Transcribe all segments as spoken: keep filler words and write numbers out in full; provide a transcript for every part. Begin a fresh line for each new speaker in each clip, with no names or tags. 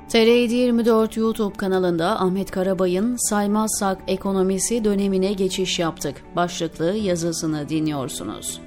T R yedi yirmi dört YouTube kanalında Ahmet Karabay'ın "Saymazsak Ekonomisi dönemine geçiş yaptık" başlıklı yazısını dinliyorsunuz.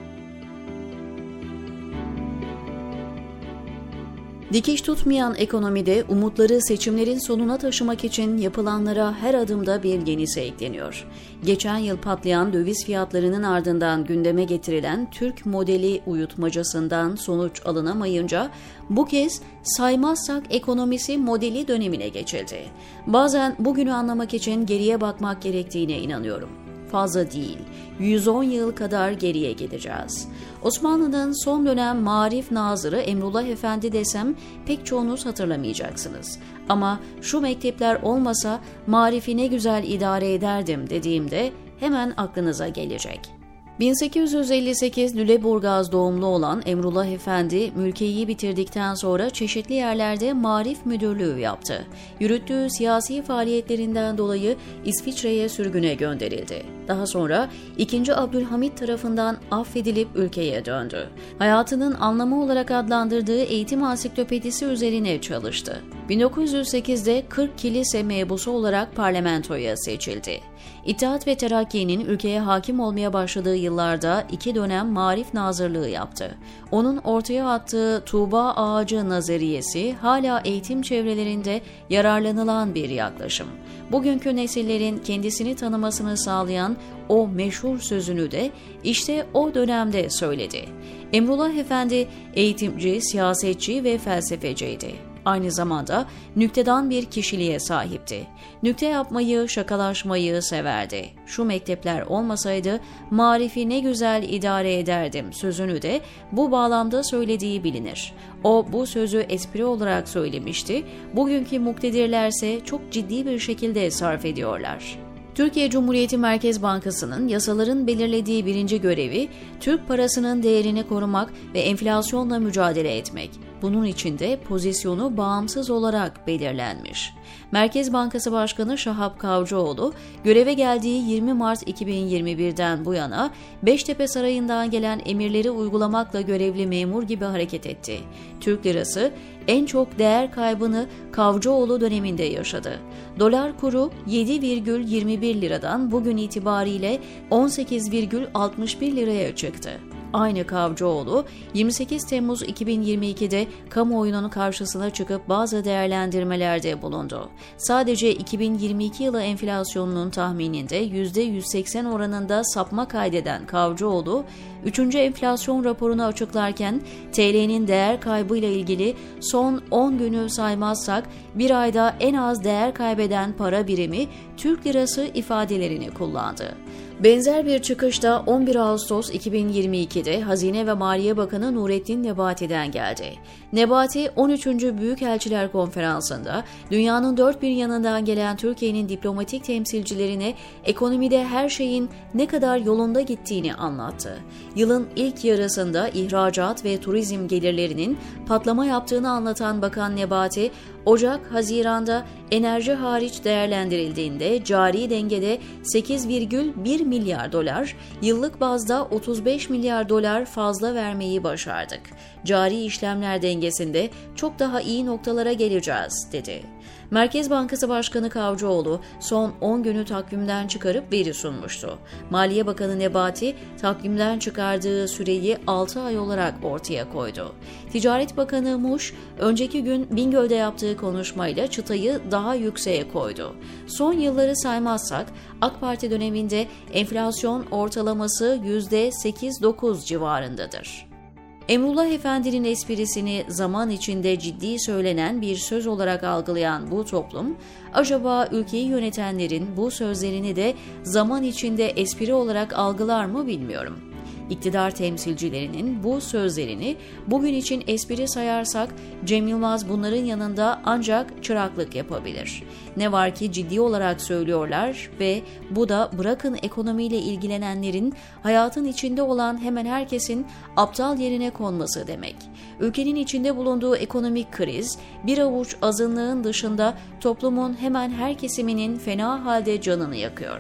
Dikiş tutmayan ekonomide umutları seçimlerin sonuna taşımak için yapılanlara her adımda bir yenisi ekleniyor. Geçen yıl patlayan döviz fiyatlarının ardından gündeme getirilen Türk modeli uyutmacasından sonuç alınamayınca bu kez saymazsak ekonomisi modeli dönemine geçildi. Bazen bugünü anlamak için geriye bakmak gerektiğine inanıyorum. Fazla değil, yüz on yıl kadar geriye gideceğiz. Osmanlı'nın son dönem Maarif Nazırı Emrullah Efendi desem pek çoğunuz hatırlamayacaksınız. Ama şu mektepler olmasa marifi ne güzel idare ederdim dediğimde hemen aklınıza gelecek. bin sekiz yüz elli sekiz Lüleburgaz doğumlu olan Emrullah Efendi, mülkiyeyi bitirdikten sonra çeşitli yerlerde Maarif Müdürlüğü yaptı. Yürüttüğü siyasi faaliyetlerinden dolayı İsviçre'ye sürgüne gönderildi. Daha sonra ikinci. Abdülhamit tarafından affedilip ülkeye döndü. Hayatının anlamı olarak adlandırdığı eğitim ansiklopedisi üzerine çalıştı. bin dokuz yüz sekizde kırk kilise mebusu olarak parlamentoya seçildi. İttihat ve Terakki'nin ülkeye hakim olmaya başladığı yıllarda iki dönem Maarif Nazırlığı yaptı. Onun ortaya attığı Tuğba Ağacı nazariyesi hala eğitim çevrelerinde yararlanılan bir yaklaşım. Bugünkü nesillerin kendisini tanımasını sağlayan o meşhur sözünü de işte o dönemde söyledi. Emrullah Efendi eğitimci, siyasetçi ve felsefeciydi. Aynı zamanda nüktedan bir kişiliğe sahipti. Nükte yapmayı, şakalaşmayı severdi. Şu mektepler olmasaydı marifi ne güzel idare ederdim sözünü de bu bağlamda söylediği bilinir. O bu sözü espri olarak söylemişti. Bugünkü muktedirlerse çok ciddi bir şekilde sarf ediyorlar. Türkiye Cumhuriyeti Merkez Bankası'nın yasaların belirlediği birinci görevi Türk parasının değerini korumak ve enflasyonla mücadele etmek. Bunun için de pozisyonu bağımsız olarak belirlenmiş. Merkez Bankası Başkanı Şahap Kavcıoğlu, göreve geldiği yirmi Mart iki bin yirmi birden bu yana Beştepe Sarayı'ndan gelen emirleri uygulamakla görevli memur gibi hareket etti. Türk lirası en çok değer kaybını Kavcıoğlu döneminde yaşadı. Dolar kuru yedi virgül yirmi bir liradan bugün itibariyle on sekiz virgül altmış bir liraya çıktı. Aynı Kavcıoğlu, yirmi sekiz Temmuz iki bin yirmi ikide kamuoyunun karşısına çıkıp bazı değerlendirmelerde bulundu. Sadece iki bin yirmi iki yılı enflasyonunun tahmininde yüzde yüz seksen oranında sapma kaydeden Kavcıoğlu, üçüncü enflasyon raporunu açıklarken T L'nin değer kaybıyla ilgili son on günü saymazsak bir ayda en az değer kaybeden para birimi Türk lirası ifadelerini kullandı. Benzer bir çıkışta on bir Ağustos iki bin yirmi ikide Hazine ve Maliye Bakanı Nurettin Nebati'den geldi. Nebati, on üçüncü Büyükelçiler Konferansı'nda dünyanın dört bir yanından gelen Türkiye'nin diplomatik temsilcilerine ekonomide her şeyin ne kadar yolunda gittiğini anlattı. Yılın ilk yarısında ihracat ve turizm gelirlerinin patlama yaptığını anlatan Bakan Nebati, Ocak-Haziran'da enerji hariç değerlendirildiğinde cari dengede sekiz virgül bir milyar dolar, yıllık bazda otuz beş milyar dolar fazla vermeyi başardık. Cari işlemler dengesinde çok daha iyi noktalara geleceğiz, dedi. Merkez Bankası Başkanı Kavcıoğlu son on günü takvimden çıkarıp veri sunmuştu. Maliye Bakanı Nebati takvimden çıkardığı süreyi altı ay olarak ortaya koydu. Ticaret Bakanı Muş önceki gün Bingöl'de yaptığı konuşmayla çıtayı daha yükseğe koydu. Son yılları saymazsak AK Parti döneminde enflasyon ortalaması yüzde sekiz dokuz civarındadır. Emrullah Efendi'nin esprisini zaman içinde ciddi söylenen bir söz olarak algılayan bu toplum, acaba ülkeyi yönetenlerin bu sözlerini de zaman içinde espri olarak algılar mı bilmiyorum. İktidar temsilcilerinin bu sözlerini bugün için espri sayarsak Cem Yılmaz bunların yanında ancak çıraklık yapabilir. Ne var ki ciddi olarak söylüyorlar ve bu da bırakın ekonomiyle ilgilenenlerin hayatın içinde olan hemen herkesin aptal yerine konması demek. Ülkenin içinde bulunduğu ekonomik kriz bir avuç azınlığın dışında toplumun hemen her kesiminin fena halde canını yakıyor.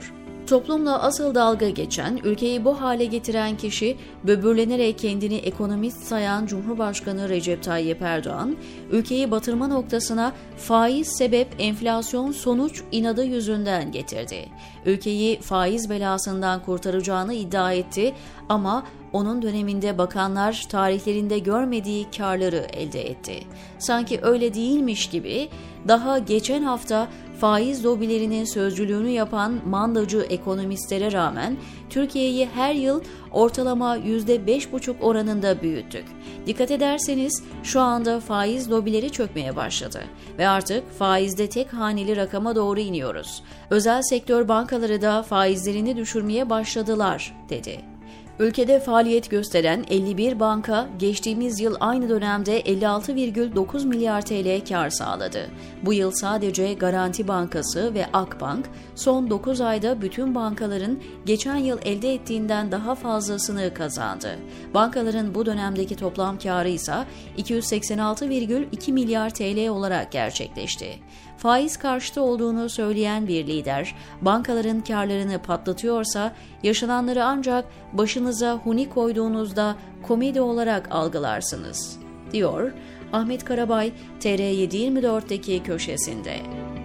Toplumla asıl dalga geçen, ülkeyi bu hale getiren kişi, böbürlenerek kendini ekonomist sayan Cumhurbaşkanı Recep Tayyip Erdoğan, ülkeyi batırma noktasına faiz sebep enflasyon sonuç inadı yüzünden getirdi. Ülkeyi faiz belasından kurtaracağını iddia etti ama onun döneminde bakanlar tarihlerinde görmediği karları elde etti. Sanki öyle değilmiş gibi daha geçen hafta faiz lobilerinin sözcülüğünü yapan mandacı ekonomistlere rağmen Türkiye'yi her yıl ortalama yüzde beş buçuk oranında büyüttük. Dikkat ederseniz şu anda faiz lobileri çökmeye başladı ve artık faizde tek haneli rakama doğru iniyoruz. Özel sektör bankaları da faizlerini düşürmeye başladılar, dedi. Ülkede faaliyet gösteren elli bir banka geçtiğimiz yıl aynı dönemde elli altı virgül dokuz milyar T L kar sağladı. Bu yıl sadece Garanti Bankası ve Akbank son dokuz ayda bütün bankaların geçen yıl elde ettiğinden daha fazlasını kazandı. Bankaların bu dönemdeki toplam karı ise iki yüz seksen altı virgül iki milyar T L olarak gerçekleşti. Faiz karşıtı olduğunu söyleyen bir lider, bankaların karlarını patlatıyorsa yaşananları ancak başınıza huni koyduğunuzda komedi olarak algılarsınız, diyor Ahmet Karabay T R yedi yirmi dört'teki köşesinde.